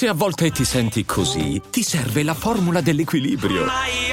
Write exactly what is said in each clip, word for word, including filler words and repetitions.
Se a volte ti senti così, ti serve la formula dell'equilibrio.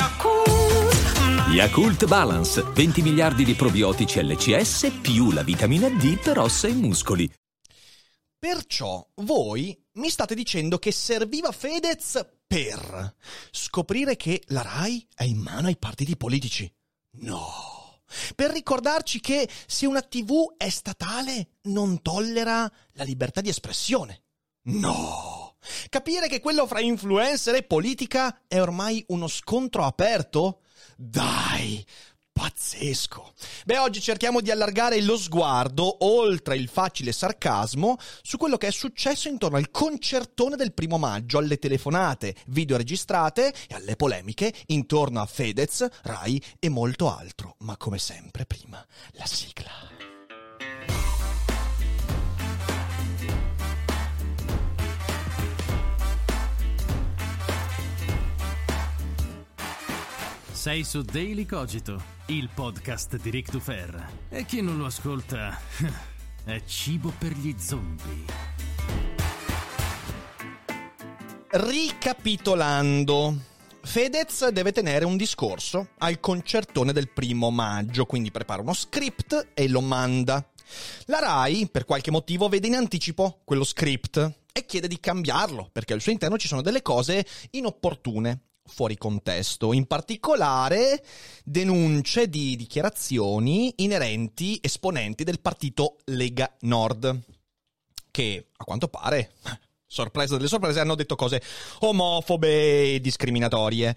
Yakult Balance, venti miliardi di probiotici L C S più la vitamina D per ossa e muscoli. Perciò voi mi state dicendo che serviva Fedez per scoprire che la Rai è in mano ai partiti politici. No! Per ricordarci che se una tivù è statale non tollera la libertà di espressione. No! Capire che quello fra influencer e politica è ormai uno scontro aperto? Dai! Pazzesco! Beh, oggi cerchiamo di allargare lo sguardo, oltre il facile sarcasmo, su quello che è successo intorno al concertone del primo maggio, alle telefonate video registrate e alle polemiche intorno a Fedez, Rai e molto altro. Ma come sempre prima, la sigla. Sei su Daily Cogito, il podcast di Ric Dufer. E chi non lo ascolta è cibo per gli zombie. Ricapitolando, Fedez deve tenere un discorso al concertone del primo maggio, quindi prepara uno script e lo manda. La Rai, per qualche motivo, vede in anticipo quello script e chiede di cambiarlo, perché al suo interno ci sono delle cose inopportune, fuori contesto, in particolare denunce di dichiarazioni inerenti esponenti del partito Lega Nord, che a quanto pare, sorpresa delle sorprese, hanno detto cose omofobe e discriminatorie.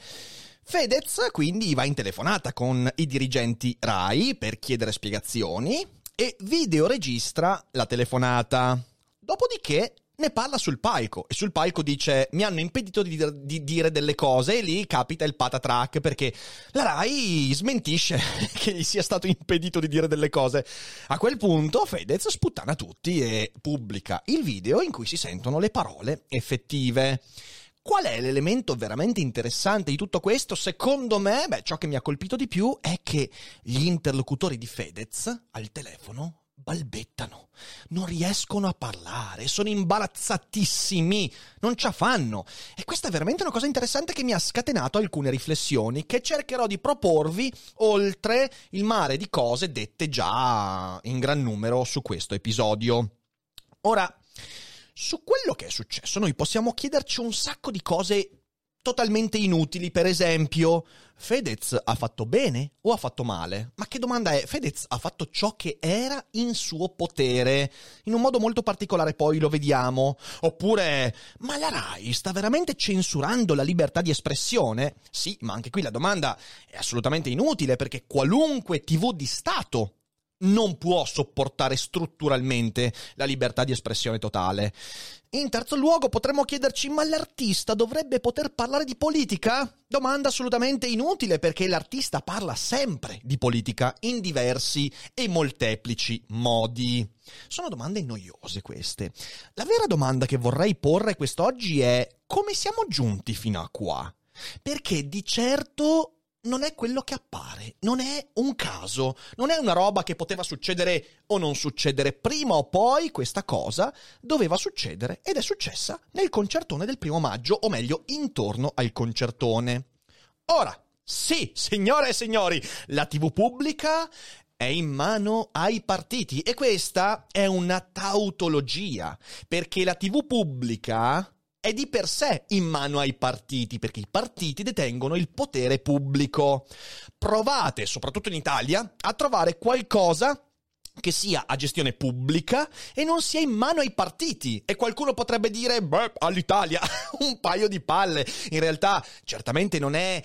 Fedez quindi va in telefonata con i dirigenti Rai per chiedere spiegazioni e videoregistra la telefonata. Dopodiché ne parla sul palco e sul palco dice: mi hanno impedito di, dir- di dire delle cose, e lì capita il patatrack perché la Rai smentisce che gli sia stato impedito di dire delle cose. A quel punto Fedez sputtana tutti e pubblica il video in cui si sentono le parole effettive. Qual è l'elemento veramente interessante di tutto questo? Secondo me, beh, ciò che mi ha colpito di più è che gli interlocutori di Fedez al telefono balbettano, non riescono a parlare, sono imbarazzatissimi, non ce la fanno. E questa è veramente una cosa interessante che mi ha scatenato alcune riflessioni che cercherò di proporvi oltre il mare di cose dette già in gran numero su questo episodio. Ora, su quello che è successo noi possiamo chiederci un sacco di cose totalmente inutili. Per esempio, Fedez ha fatto bene o ha fatto male? Ma che domanda è? Fedez ha fatto ciò che era in suo potere, in un modo molto particolare, poi lo vediamo. Oppure, ma la Rai sta veramente censurando la libertà di espressione? Sì, ma anche qui la domanda è assolutamente inutile, perché qualunque tivù di Stato non può sopportare strutturalmente la libertà di espressione totale. In terzo luogo potremmo chiederci: ma l'artista dovrebbe poter parlare di politica? Domanda assolutamente inutile, perché l'artista parla sempre di politica in diversi e molteplici modi. Sono domande noiose queste. La vera domanda che vorrei porre quest'oggi è: come siamo giunti fino a qua? Perché di certo non è quello che appare, non è un caso, non è una roba che poteva succedere o non succedere. Prima o poi questa cosa doveva succedere ed è successa nel concertone del primo maggio, o meglio intorno al concertone. Ora, sì, signore e signori, la tivù pubblica è in mano ai partiti e questa è una tautologia, perché la tivù pubblica è di per sé in mano ai partiti, perché i partiti detengono il potere pubblico. Provate, soprattutto in Italia, a trovare qualcosa che sia a gestione pubblica e non sia in mano ai partiti. E qualcuno potrebbe dire: beh, all'Italia un paio di palle. In realtà certamente non è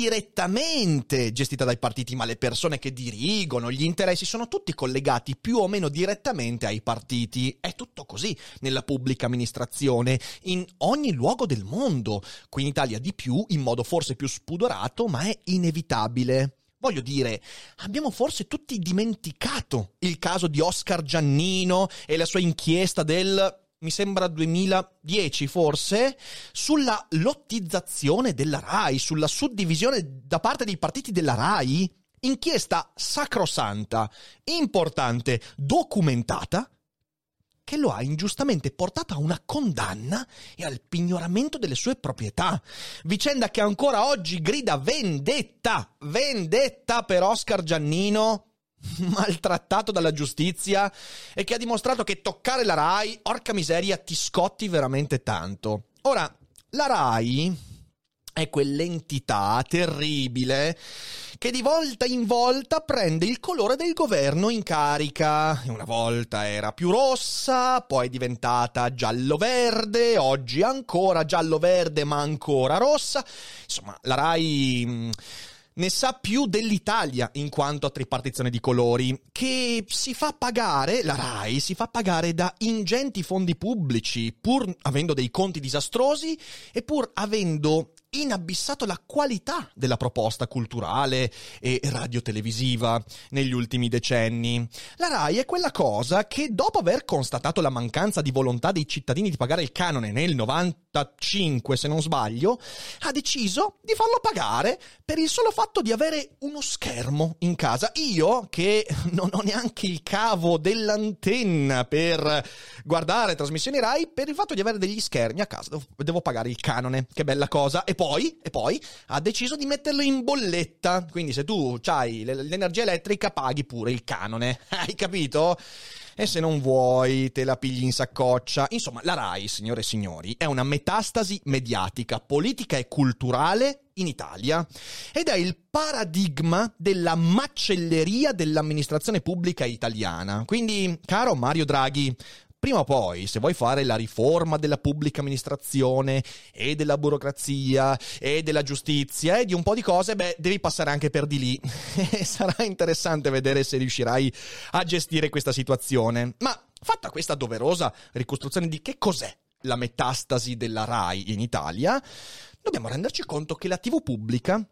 direttamente gestita dai partiti, ma le persone che dirigono, gli interessi sono tutti collegati più o meno direttamente ai partiti. È tutto così nella pubblica amministrazione, in ogni luogo del mondo. Qui in Italia di più, in modo forse più spudorato, ma è inevitabile. Voglio dire, abbiamo forse tutti dimenticato il caso di Oscar Giannino e la sua inchiesta del, mi sembra duemiladieci forse, sulla lottizzazione della Rai, sulla suddivisione da parte dei partiti della Rai? Inchiesta sacrosanta, importante, documentata, che lo ha ingiustamente portato a una condanna e al pignoramento delle sue proprietà. Vicenda che ancora oggi grida vendetta, vendetta per Oscar Giannino, maltrattato dalla giustizia, e che ha dimostrato che toccare la Rai, orca miseria, ti scotti veramente tanto. Ora, la Rai è quell'entità terribile che di volta in volta prende il colore del governo in carica. Una volta era più rossa, poi è diventata giallo-verde, oggi ancora giallo-verde ma ancora rossa. Insomma, la Rai mh, ne sa più dell'Italia in quanto a tripartizione di colori, che si fa pagare, la Rai si fa pagare da ingenti fondi pubblici, pur avendo dei conti disastrosi e pur avendo inabissato la qualità della proposta culturale e radiotelevisiva negli ultimi decenni. La Rai è quella cosa che, dopo aver constatato la mancanza di volontà dei cittadini di pagare il canone nel novantacinque, se non sbaglio, ha deciso di farlo pagare per il solo fatto di avere uno schermo in casa. Io, che non ho neanche il cavo dell'antenna per guardare trasmissioni Rai, per il fatto di avere degli schermi a casa devo, devo pagare il canone. Che bella cosa. E poi, e poi ha deciso di metterlo in bolletta. Quindi se tu c'hai l'energia elettrica paghi pure il canone. Hai capito? E se non vuoi te la pigli in saccoccia. Insomma, la Rai, signore e signori, è una metastasi mediatica, politica e culturale in Italia, ed è il paradigma della macelleria dell'amministrazione pubblica italiana. Quindi, caro Mario Draghi, prima o poi, se vuoi fare la riforma della pubblica amministrazione e della burocrazia e della giustizia e di un po' di cose, beh, devi passare anche per di lì. E sarà interessante vedere se riuscirai a gestire questa situazione. Ma fatta questa doverosa ricostruzione di che cos'è la metastasi della Rai in Italia, dobbiamo renderci conto che la tivù pubblica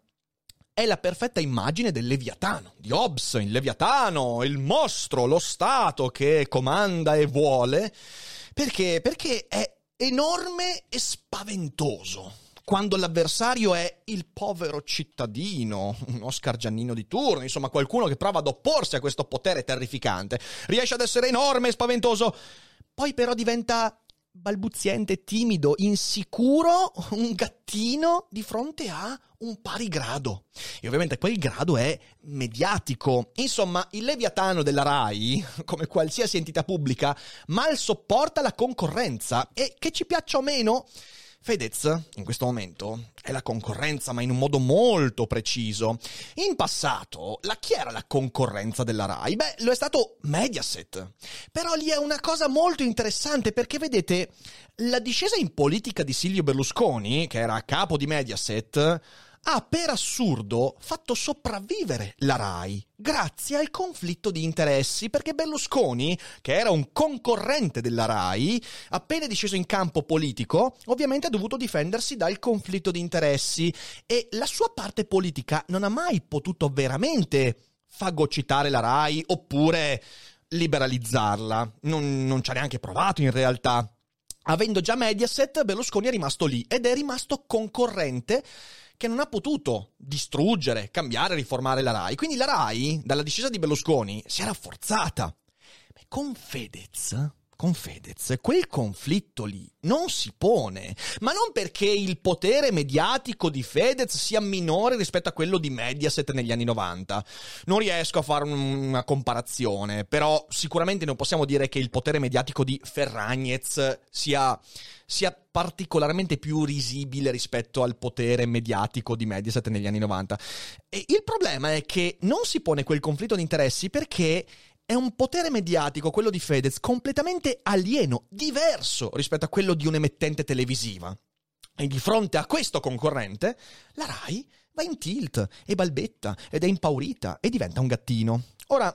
è la perfetta immagine del Leviatano, di Hobbes, il Leviatano, il mostro, lo Stato che comanda e vuole, perché, perché è enorme e spaventoso. Quando l'avversario è il povero cittadino, un Oscar Giannino di turno, insomma qualcuno che prova ad opporsi a questo potere terrificante, riesce ad essere enorme e spaventoso, poi però diventa balbuziente, timido, insicuro, un gattino di fronte a un pari grado. E ovviamente quel grado è mediatico. Insomma, il Leviatano della Rai, come qualsiasi entità pubblica, mal sopporta la concorrenza e, che ci piaccia o meno, Fedez, in questo momento, è la concorrenza, ma in un modo molto preciso. In passato, la chi era la concorrenza della Rai? Beh, lo è stato Mediaset. Però lì è una cosa molto interessante, perché vedete, la discesa in politica di Silvio Berlusconi, che era a capo di Mediaset, ha per assurdo fatto sopravvivere la Rai grazie al conflitto di interessi, perché Berlusconi, che era un concorrente della Rai, appena disceso in campo politico, ovviamente ha dovuto difendersi dal conflitto di interessi e la sua parte politica non ha mai potuto veramente fagocitare la Rai oppure liberalizzarla. Non, non ci ha neanche provato in realtà. Avendo già Mediaset, Berlusconi è rimasto lì ed è rimasto concorrente che non ha potuto distruggere, cambiare, riformare la Rai. Quindi la Rai, dalla discesa di Berlusconi, si è rafforzata. Beh, con Fedez, con Fedez, quel conflitto lì non si pone. Ma non perché il potere mediatico di Fedez sia minore rispetto a quello di Mediaset negli anni novanta. Non riesco a fare una comparazione, però sicuramente non possiamo dire che il potere mediatico di Ferragnez sia... sia particolarmente più risibile rispetto al potere mediatico di Mediaset negli anni novanta. E il problema è che non si pone quel conflitto di interessi perché è un potere mediatico, quello di Fedez, completamente alieno, diverso rispetto a quello di un'emittente televisiva. E di fronte a questo concorrente, la Rai va in tilt e balbetta ed è impaurita e diventa un gattino. Ora,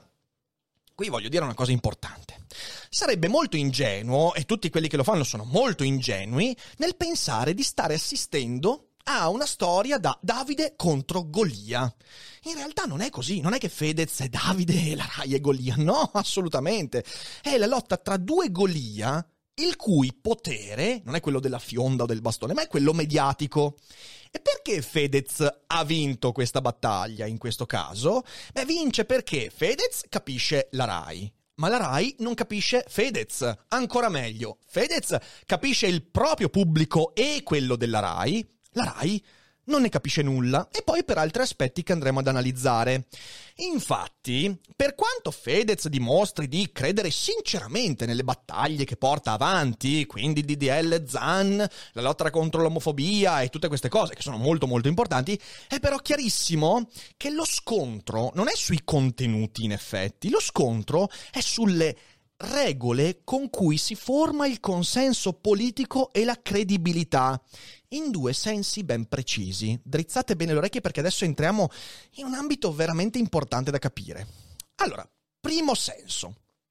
qui voglio dire una cosa importante. Sarebbe molto ingenuo, e tutti quelli che lo fanno sono molto ingenui, nel pensare di stare assistendo a una storia da Davide contro Golia. In realtà non è così, non è che Fedez è Davide e la Rai è Golia, no, assolutamente. È la lotta tra due Golia, il cui potere non è quello della fionda o del bastone, ma è quello mediatico. E perché Fedez ha vinto questa battaglia in questo caso? Beh, vince perché Fedez capisce la Rai. Ma la Rai non capisce Fedez, ancora meglio. Fedez capisce il proprio pubblico e quello della Rai, la Rai non ne capisce nulla, e poi per altri aspetti che andremo ad analizzare. Infatti, per quanto Fedez dimostri di credere sinceramente nelle battaglie che porta avanti, quindi il D D L Zan, la lotta contro l'omofobia e tutte queste cose che sono molto molto importanti, è però chiarissimo che lo scontro non è sui contenuti in effetti, lo scontro è sulle regole con cui si forma il consenso politico e la credibilità, in due sensi ben precisi. Drizzate bene le orecchie perché adesso entriamo in un ambito veramente importante da capire. Allora, primo senso.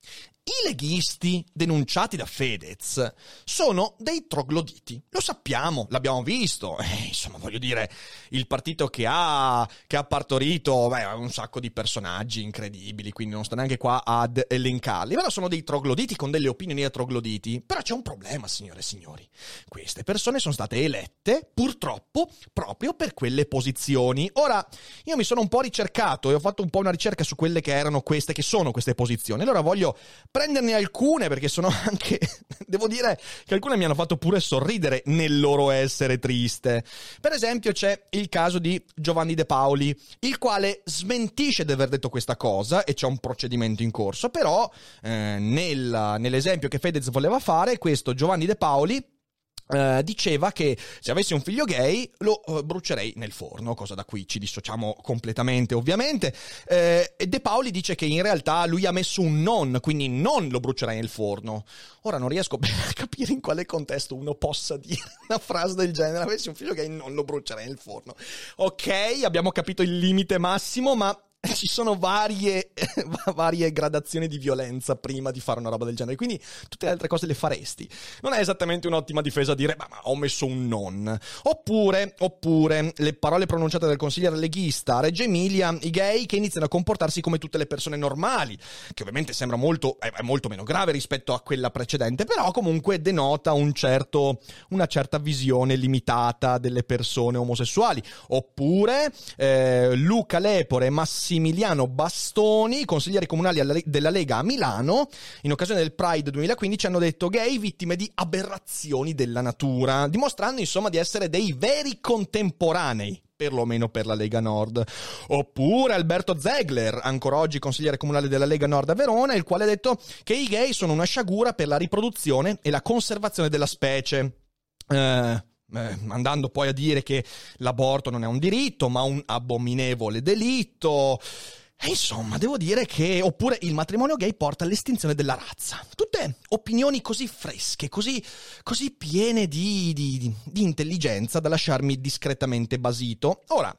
I leghisti denunciati da Fedez sono dei trogloditi, lo sappiamo, l'abbiamo visto, eh, insomma voglio dire, il partito che ha, che ha partorito beh, un sacco di personaggi incredibili, quindi non sto neanche qua ad elencarli, però sono dei trogloditi con delle opinioni da trogloditi. Però c'è un problema, signore e signori, queste persone sono state elette purtroppo proprio per quelle posizioni. Ora, io mi sono un po' ricercato e ho fatto un po' una ricerca su quelle che erano queste, che sono queste posizioni, allora voglio prenderne alcune perché sono anche, devo dire che alcune mi hanno fatto pure sorridere nel loro essere triste. Per esempio c'è il caso di Giovanni De Paoli, il quale smentisce di aver detto questa cosa e c'è un procedimento in corso, però eh, nel, nell'esempio che Fedez voleva fare, questo Giovanni De Paoli Uh, diceva che se avessi un figlio gay lo uh, brucerei nel forno, cosa da cui ci dissociamo completamente ovviamente. uh, De Paoli dice che in realtà lui ha messo un non, quindi non lo brucerai nel forno. Ora non riesco bene a capire in quale contesto uno possa dire una frase del genere: avessi un figlio gay non lo brucerei nel forno. Ok, abbiamo capito il limite massimo, ma ci sono varie, varie gradazioni di violenza prima di fare una roba del genere, quindi tutte le altre cose le faresti. Non è esattamente un'ottima difesa dire ma, ma ho messo un non. Oppure, oppure le parole pronunciate dal consigliere leghista a Reggio Emilia: i gay che iniziano a comportarsi come tutte le persone normali, che ovviamente sembra molto, è molto meno grave rispetto a quella precedente, però comunque denota un certo, una certa visione limitata delle persone omosessuali. Oppure eh, Luca Lepore e Massimo Emiliano Bastoni, consiglieri comunali della Lega a Milano, in occasione del Pride duemilaquindici hanno detto: gay vittime di aberrazioni della natura, dimostrando insomma di essere dei veri contemporanei, perlomeno per la Lega Nord. Oppure Alberto Zegler, ancora oggi consigliere comunale della Lega Nord a Verona, il quale ha detto che i gay sono una sciagura per la riproduzione e la conservazione della specie. Eh... Eh, andando poi a dire che l'aborto non è un diritto ma un abominevole delitto. E insomma devo dire che, oppure il matrimonio gay porta all'estinzione della razza. Tutte opinioni così fresche, così, così piene di, di, di intelligenza da lasciarmi discretamente basito. Ora,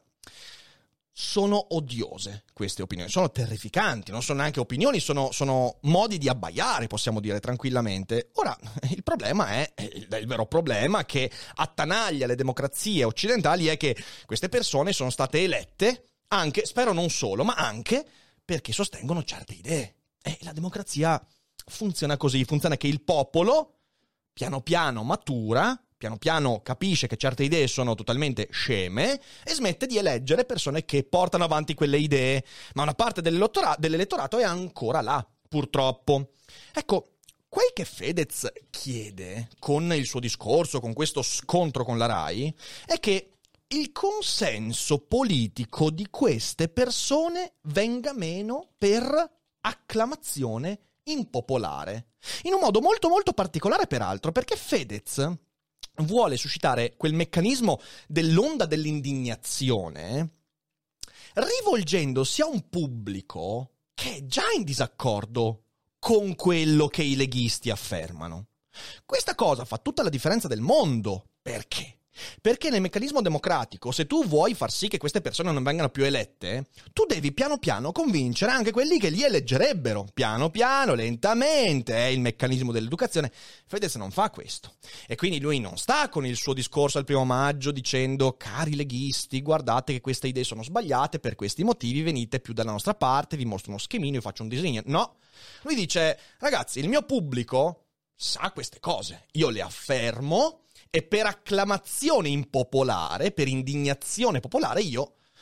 sono odiose queste opinioni, sono terrificanti, non sono neanche opinioni, sono, sono modi di abbaiare, possiamo dire tranquillamente. Ora, il problema è, il, il vero problema che attanaglia le democrazie occidentali è che queste persone sono state elette anche, spero non solo, ma anche perché sostengono certe idee. E la democrazia funziona così, funziona che il popolo piano piano matura, piano piano capisce che certe idee sono totalmente sceme e smette di eleggere persone che portano avanti quelle idee, ma una parte dell'elettorato è ancora là, purtroppo. Ecco, quel che Fedez chiede con il suo discorso, con questo scontro con la Rai, è che il consenso politico di queste persone venga meno per acclamazione impopolare. In un modo molto molto particolare peraltro, perché Fedez vuole suscitare quel meccanismo dell'onda dell'indignazione rivolgendosi a un pubblico che è già in disaccordo con quello che i leghisti affermano. Questa cosa fa tutta la differenza del mondo. Perché? Perché nel meccanismo democratico, se tu vuoi far sì che queste persone non vengano più elette, tu devi piano piano convincere anche quelli che li eleggerebbero. Piano piano, lentamente, è il meccanismo dell'educazione. Fedez non fa questo. E quindi lui non sta con il suo discorso al primo maggio dicendo: cari leghisti, guardate che queste idee sono sbagliate, per questi motivi venite più dalla nostra parte, vi mostro uno schemino, vi faccio un disegno. No, lui dice: ragazzi, il mio pubblico sa queste cose, io le affermo, e per acclamazione impopolare, per indignazione popolare, io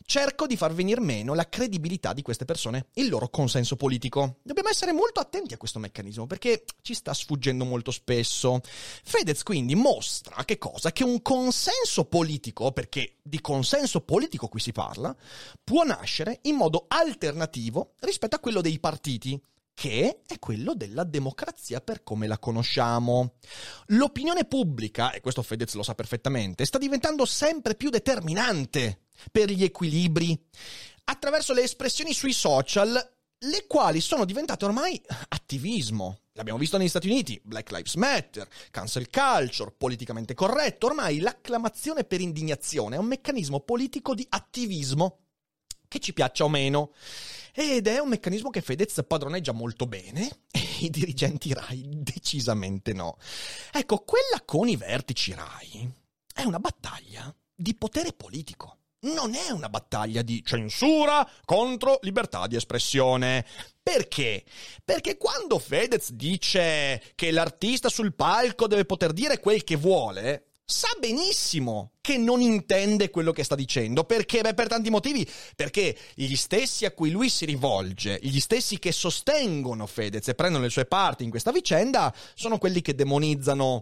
cerco di far venir meno la credibilità di queste persone, il loro consenso politico. Dobbiamo essere molto attenti a questo meccanismo perché ci sta sfuggendo molto spesso. Fedez quindi mostra che cosa? Che un consenso politico, perché di consenso politico qui si parla, può nascere in modo alternativo rispetto a quello dei partiti, che è quello della democrazia per come la conosciamo. L'opinione pubblica, e questo Fedez lo sa perfettamente, sta diventando sempre più determinante per gli equilibri attraverso le espressioni sui social, le quali sono diventate ormai attivismo. L'abbiamo visto negli Stati Uniti, Black Lives Matter, cancel culture, politicamente corretto. Ormai l'acclamazione per indignazione è un meccanismo politico di attivismo, che ci piaccia o meno. Ed è un meccanismo che Fedez padroneggia molto bene e i dirigenti Rai decisamente no. Ecco, quella con i vertici Rai è una battaglia di potere politico. Non è una battaglia di censura contro libertà di espressione. Perché? Perché quando Fedez dice che l'artista sul palco deve poter dire quel che vuole, sa benissimo che non intende quello che sta dicendo. Perché? Beh, per tanti motivi. Perché gli stessi a cui lui si rivolge, gli stessi che sostengono Fedez e prendono le sue parti in questa vicenda, sono quelli che demonizzano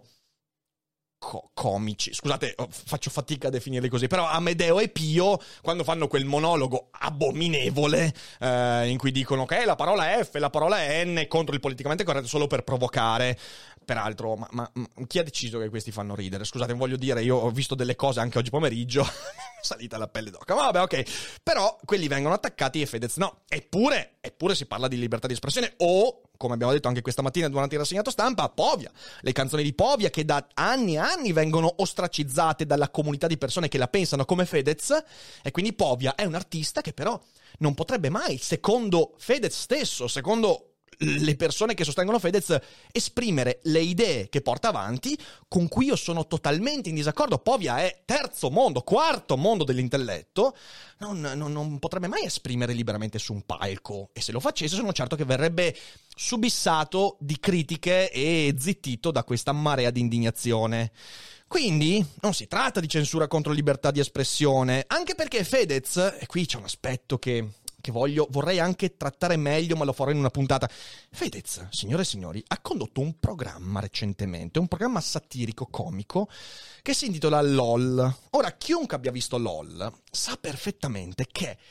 Co- comici, scusate, faccio fatica a definirli così, però Amedeo e Pio, quando fanno quel monologo abominevole eh, in cui dicono che la parola F e la parola N contro il politicamente corretto solo per provocare. Peraltro, ma, ma, ma chi ha deciso che questi fanno ridere? Scusate, voglio dire, io ho visto delle cose anche oggi pomeriggio, salita la pelle d'oca, vabbè, ok, però quelli vengono attaccati e Fedez no. Eppure, eppure si parla di libertà di espressione o, come abbiamo detto anche questa mattina durante il rassegnato stampa, Povia, le canzoni di Povia che da anni e anni vengono ostracizzate dalla comunità di persone che la pensano come Fedez, e quindi Povia è un artista che però non potrebbe mai, secondo Fedez stesso, secondo le persone che sostengono Fedez, esprimere le idee che porta avanti, con cui io sono totalmente in disaccordo. Povia è terzo mondo, quarto mondo dell'intelletto, non, non, non potrebbe mai esprimere liberamente su un palco, e se lo facesse sono certo che verrebbe subissato di critiche e zittito da questa marea di indignazione. Quindi non si tratta di censura contro libertà di espressione, anche perché Fedez, e qui c'è un aspetto che che voglio, vorrei anche trattare meglio, ma lo farò in una puntata. Fedez, signore e signori, ha condotto un programma recentemente, un programma satirico comico che si intitola LOL. Ora, chiunque abbia visto LOL sa perfettamente che è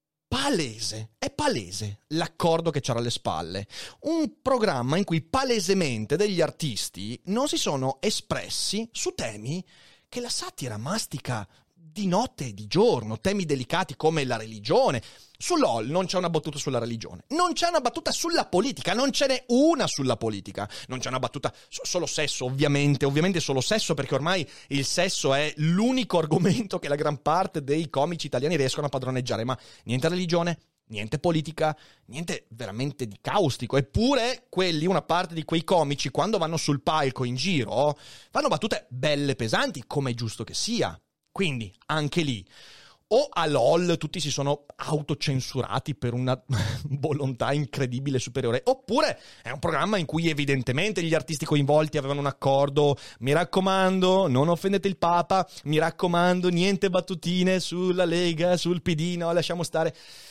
palese, è palese l'accordo che c'era alle spalle. Un programma in cui palesemente degli artisti non si sono espressi su temi che la satira mastica di notte e di giorno, temi delicati come la religione. Su LOL non c'è una battuta sulla religione, non c'è una battuta sulla politica, non ce n'è una sulla politica, non c'è una battuta so- solo sesso, ovviamente, ovviamente solo sesso, perché ormai il sesso è l'unico argomento che la gran parte dei comici italiani riescono a padroneggiare, ma niente religione, niente politica, niente veramente di caustico. Eppure quelli, una parte di quei comici, quando vanno sul palco in giro, fanno battute belle pesanti, come è giusto che sia. Quindi, anche lì, o a LOL tutti si sono autocensurati per una volontà incredibile superiore, oppure è un programma in cui evidentemente gli artisti coinvolti avevano un accordo: mi raccomando, non offendete il Papa, mi raccomando, niente battutine sulla Lega, sul P D, no, lasciamo stare.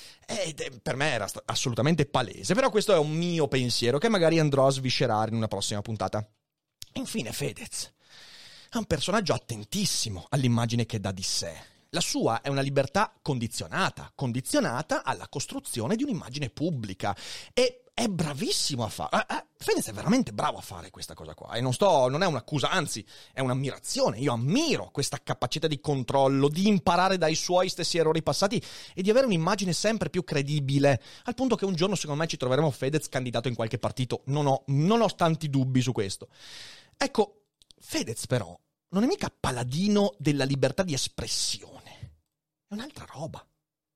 Ed per me era assolutamente palese, però questo è un mio pensiero che magari andrò a sviscerare in una prossima puntata. Infine Fedez è un personaggio attentissimo all'immagine che dà di sé. La sua è una libertà condizionata, condizionata alla costruzione di un'immagine pubblica, e è bravissimo a fare. Eh, eh, Fedez è veramente bravo a fare questa cosa qua, e non sto, non è un'accusa, anzi è un'ammirazione. Io ammiro questa capacità di controllo, di imparare dai suoi stessi errori passati e di avere un'immagine sempre più credibile, al punto che un giorno secondo me ci troveremo Fedez candidato in qualche partito. Non ho, non ho tanti dubbi su questo. Ecco, Fedez però non è mica paladino della libertà di espressione, è un'altra roba.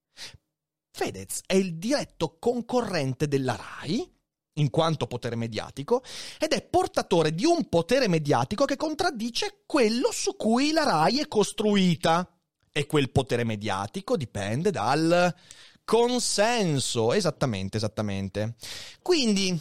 Fedez è il diretto concorrente della Rai, in quanto potere mediatico, ed è portatore di un potere mediatico che contraddice quello su cui la Rai è costruita. E quel potere mediatico dipende dal consenso, esattamente, esattamente. Quindi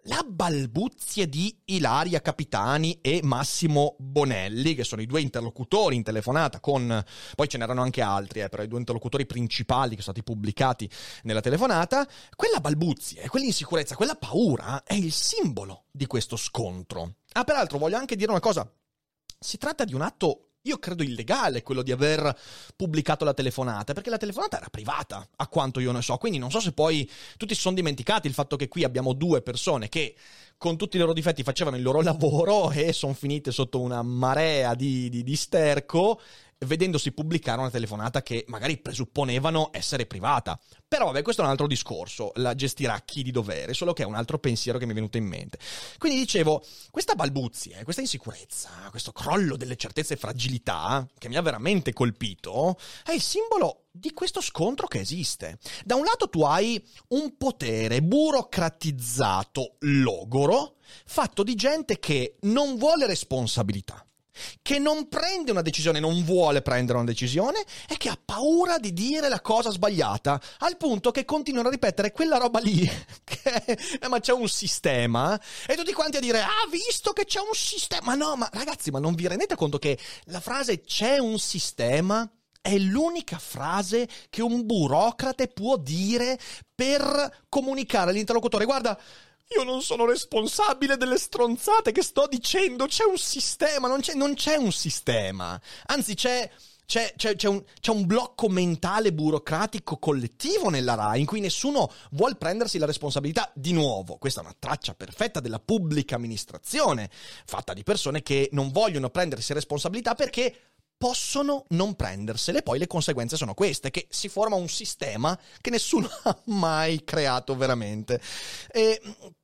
la balbuzie di Ilaria Capitani e Massimo Bonelli, che sono i due interlocutori in telefonata con... Poi ce n'erano anche altri, eh, però i due interlocutori principali che sono stati pubblicati nella telefonata. Quella balbuzie, quell'insicurezza, quella paura è il simbolo di questo scontro. Ah, peraltro voglio anche dire una cosa. Si tratta di un atto... Io credo illegale quello di aver pubblicato la telefonata, perché la telefonata era privata, a quanto io ne so, quindi non so se poi tutti si sono dimenticati il fatto che qui abbiamo due persone che con tutti i loro difetti facevano il loro lavoro e sono finite sotto una marea di, di, di sterco, vedendosi pubblicare una telefonata che magari presupponevano essere privata. Però vabbè, questo è un altro discorso, la gestirà chi di dovere, solo che è un altro pensiero che mi è venuto in mente. Quindi dicevo, questa balbuzie, questa insicurezza, questo crollo delle certezze e fragilità, che mi ha veramente colpito, è il simbolo di questo scontro che esiste. Da un lato tu hai un potere burocratizzato, logoro, fatto di gente che non vuole responsabilità, che non prende una decisione, non vuole prendere una decisione e che ha paura di dire la cosa sbagliata, al punto che continuano a ripetere quella roba lì che eh, ma c'è un sistema, e tutti quanti a dire ah, visto che c'è un sistema. Ma no, ma ragazzi, ma non vi rendete conto che la frase c'è un sistema è l'unica frase che un burocrate può dire per comunicare all'interlocutore: guarda, io non sono responsabile delle stronzate che sto dicendo, c'è un sistema. Non c'è, non c'è un sistema, anzi c'è, c'è, c'è, c'è, un, c'è un blocco mentale burocratico collettivo nella RAI in cui nessuno vuol prendersi la responsabilità. Di nuovo, questa è una traccia perfetta della pubblica amministrazione, fatta di persone che non vogliono prendersi responsabilità perché possono non prendersele. Poi le conseguenze sono queste, che si forma un sistema che nessuno ha mai creato veramente e,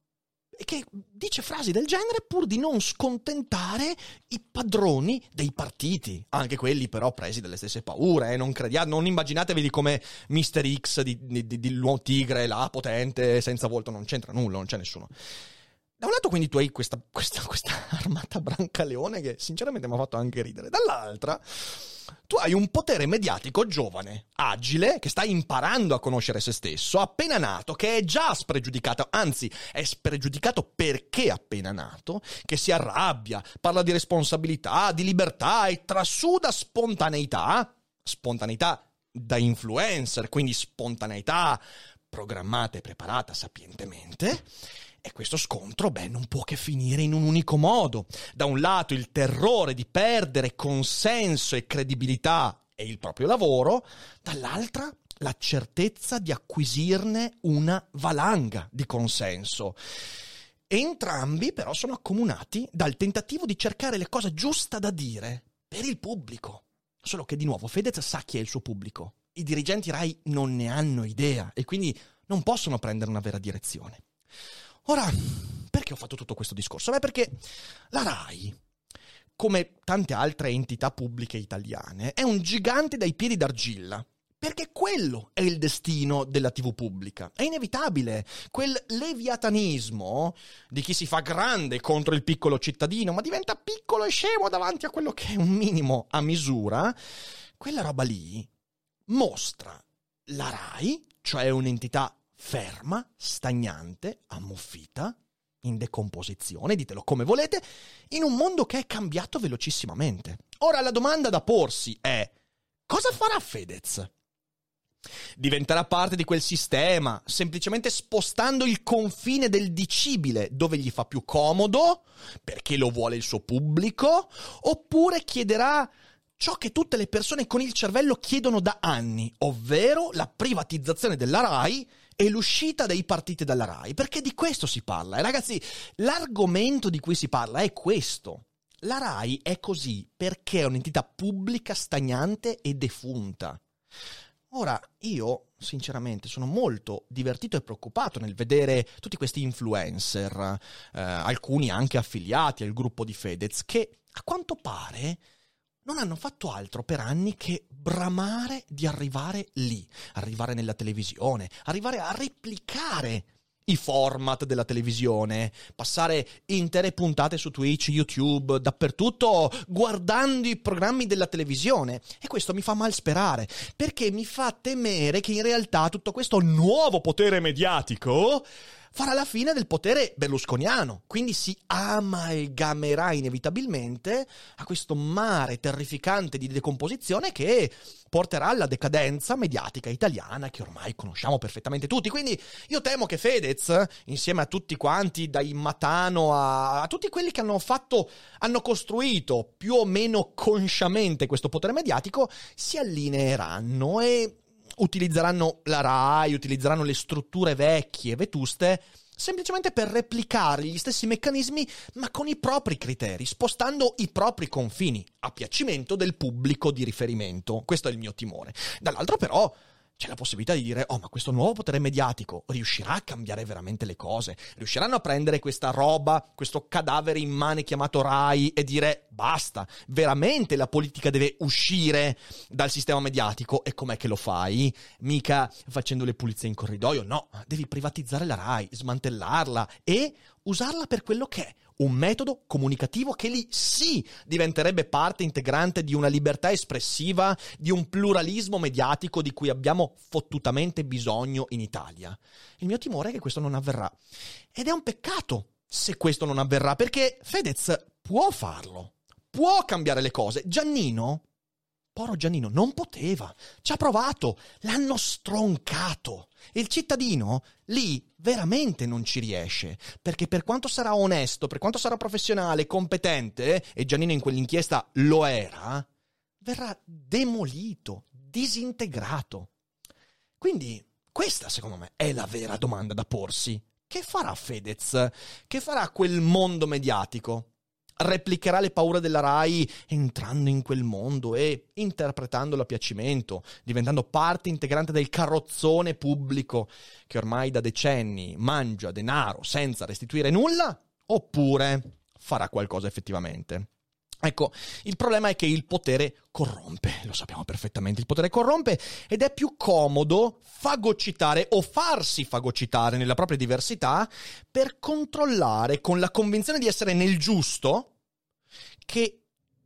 e che dice frasi del genere pur di non scontentare i padroni dei partiti, anche quelli però presi dalle stesse paure, eh? non crediate, non immaginatevi come mister X di, di, di, di l'uomo tigre, là, potente, senza volto. Non c'entra nulla, non c'è nessuno. Da un lato quindi tu hai questa, questa, questa armata Brancaleone che sinceramente mi ha fatto anche ridere. Dall'altra tu hai un potere mediatico giovane, agile, che sta imparando a conoscere se stesso, appena nato, che è già spregiudicato, anzi è spregiudicato perché appena nato, che si arrabbia, parla di responsabilità, di libertà e trasuda spontaneità, spontaneità da influencer, quindi spontaneità programmata e preparata sapientemente. E questo scontro, beh, non può che finire in un unico modo. Da un lato il terrore di perdere consenso e credibilità e il proprio lavoro, dall'altra la certezza di acquisirne una valanga di consenso. Entrambi però sono accomunati dal tentativo di cercare le cose giuste da dire per il pubblico. Solo che di nuovo Fedez sa chi è il suo pubblico. I dirigenti RAI non ne hanno idea e quindi non possono prendere una vera direzione. Ora, perché ho fatto tutto questo discorso? Beh, perché la RAI, come tante altre entità pubbliche italiane, è un gigante dai piedi d'argilla, perché quello è il destino della tivù pubblica. È inevitabile. Quel leviatanismo di chi si fa grande contro il piccolo cittadino, ma diventa piccolo e scemo davanti a quello che è un minimo a misura, quella roba lì mostra la RAI, cioè un'entità ferma, stagnante, ammuffita, in decomposizione, ditelo come volete, in un mondo che è cambiato velocissimamente. Ora la domanda da porsi è: cosa farà Fedez? Diventerà parte di quel sistema, semplicemente spostando il confine del dicibile dove gli fa più comodo, perché lo vuole il suo pubblico, oppure chiederà ciò che tutte le persone con il cervello chiedono da anni, ovvero la privatizzazione della RAI e l'uscita dei partiti dalla RAI, perché di questo si parla. E ragazzi, l'argomento di cui si parla è questo. La RAI è così perché è un'entità pubblica stagnante e defunta. Ora, io sinceramente sono molto divertito e preoccupato nel vedere tutti questi influencer, eh, alcuni anche affiliati al gruppo di Fedez, che a quanto pare non hanno fatto altro per anni che bramare di arrivare lì, arrivare nella televisione, arrivare a replicare i format della televisione, passare intere puntate su Twitch, YouTube, dappertutto, guardando i programmi della televisione. E questo mi fa mal sperare, perché mi fa temere che in realtà tutto questo nuovo potere mediatico farà la fine del potere berlusconiano, quindi si amalgamerà inevitabilmente a questo mare terrificante di decomposizione che porterà alla decadenza mediatica italiana che ormai conosciamo perfettamente tutti. Quindi io temo che Fedez, insieme a tutti quanti, dai Matano a, a tutti quelli che hanno fatto, hanno costruito più o meno consciamente questo potere mediatico, si allineeranno e utilizzeranno la RAI, utilizzeranno le strutture vecchie, vetuste, semplicemente per replicare gli stessi meccanismi, ma con i propri criteri, spostando i propri confini, a piacimento del pubblico di riferimento. Questo è il mio timore. Dall'altro però c'è la possibilità di dire, oh, ma questo nuovo potere mediatico riuscirà a cambiare veramente le cose? Riusciranno a prendere questa roba, questo cadavere immane chiamato RAI e dire, basta, veramente la politica deve uscire dal sistema mediatico? E com'è che lo fai? Mica facendo le pulizie in corridoio, no, devi privatizzare la RAI, smantellarla e usarla per quello che è. Un metodo comunicativo che lì sì diventerebbe parte integrante di una libertà espressiva, di un pluralismo mediatico di cui abbiamo fottutamente bisogno in Italia. Il mio timore è che questo non avverrà. Ed è un peccato se questo non avverrà, perché Fedez può farlo, può cambiare le cose. Giannino, povero Giannino, non poteva, ci ha provato, l'hanno stroncato. Il cittadino lì veramente non ci riesce, perché per quanto sarà onesto, per quanto sarà professionale, competente, e Giannino in quell'inchiesta lo era, verrà demolito, disintegrato. Quindi questa, secondo me, è la vera domanda da porsi. Che farà Fedez? Che farà quel mondo mediatico? Replicherà le paure della RAI entrando in quel mondo e interpretandolo a piacimento, diventando parte integrante del carrozzone pubblico che ormai da decenni mangia denaro senza restituire nulla? Oppure farà qualcosa effettivamente? Ecco, il problema è che il potere corrompe, lo sappiamo perfettamente, il potere corrompe ed è più comodo fagocitare o farsi fagocitare nella propria diversità per controllare con la convinzione di essere nel giusto che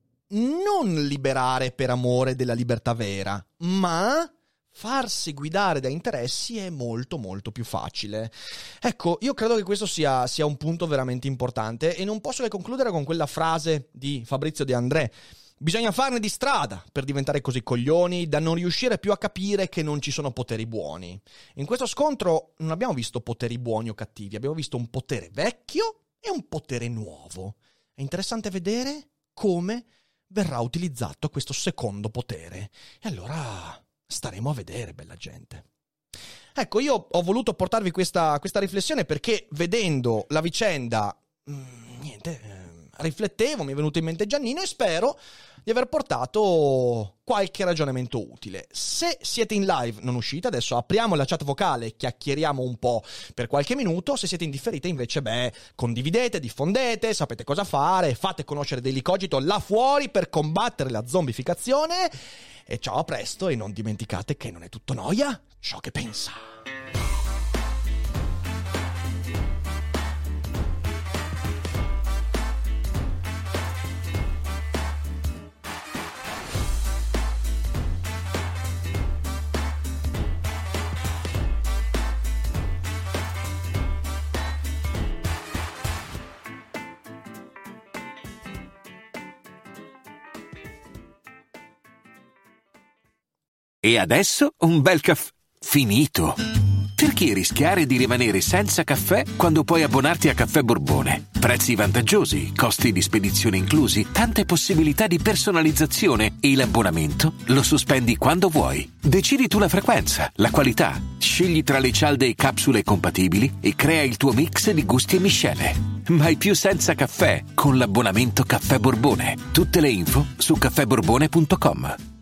non liberare per amore della libertà vera, ma farsi guidare da interessi è molto molto più facile. Ecco, io credo che questo sia, sia un punto veramente importante e non posso che concludere con quella frase di Fabrizio De André. Bisogna farne di strada per diventare così coglioni da non riuscire più a capire che non ci sono poteri buoni. In questo scontro non abbiamo visto poteri buoni o cattivi, abbiamo visto un potere vecchio e un potere nuovo. È interessante vedere come verrà utilizzato questo secondo potere. E allora staremo a vedere, bella gente. Ecco, io ho voluto portarvi questa, questa riflessione perché vedendo la vicenda, mh, niente, eh, riflettevo, mi è venuto in mente Giannino e spero di aver portato qualche ragionamento utile. Se siete in live, non uscite, adesso apriamo la chat vocale, chiacchieriamo un po' per qualche minuto. Se siete in differita invece, beh, condividete, diffondete, sapete cosa fare, fate conoscere Daily Cogito là fuori per combattere la zombificazione. E ciao, a presto e non dimenticate che non è tutto noia ciò che pensa. E adesso un bel caffè finito. Perché rischiare di rimanere senza caffè quando puoi abbonarti a Caffè Borbone? Prezzi vantaggiosi, costi di spedizione inclusi, tante possibilità di personalizzazione e l'abbonamento lo sospendi quando vuoi. Decidi tu la frequenza, la qualità, scegli tra le cialde e capsule compatibili e crea il tuo mix di gusti e miscele. Mai più senza caffè con l'abbonamento Caffè Borbone. Tutte le info su caffè borbone punto com.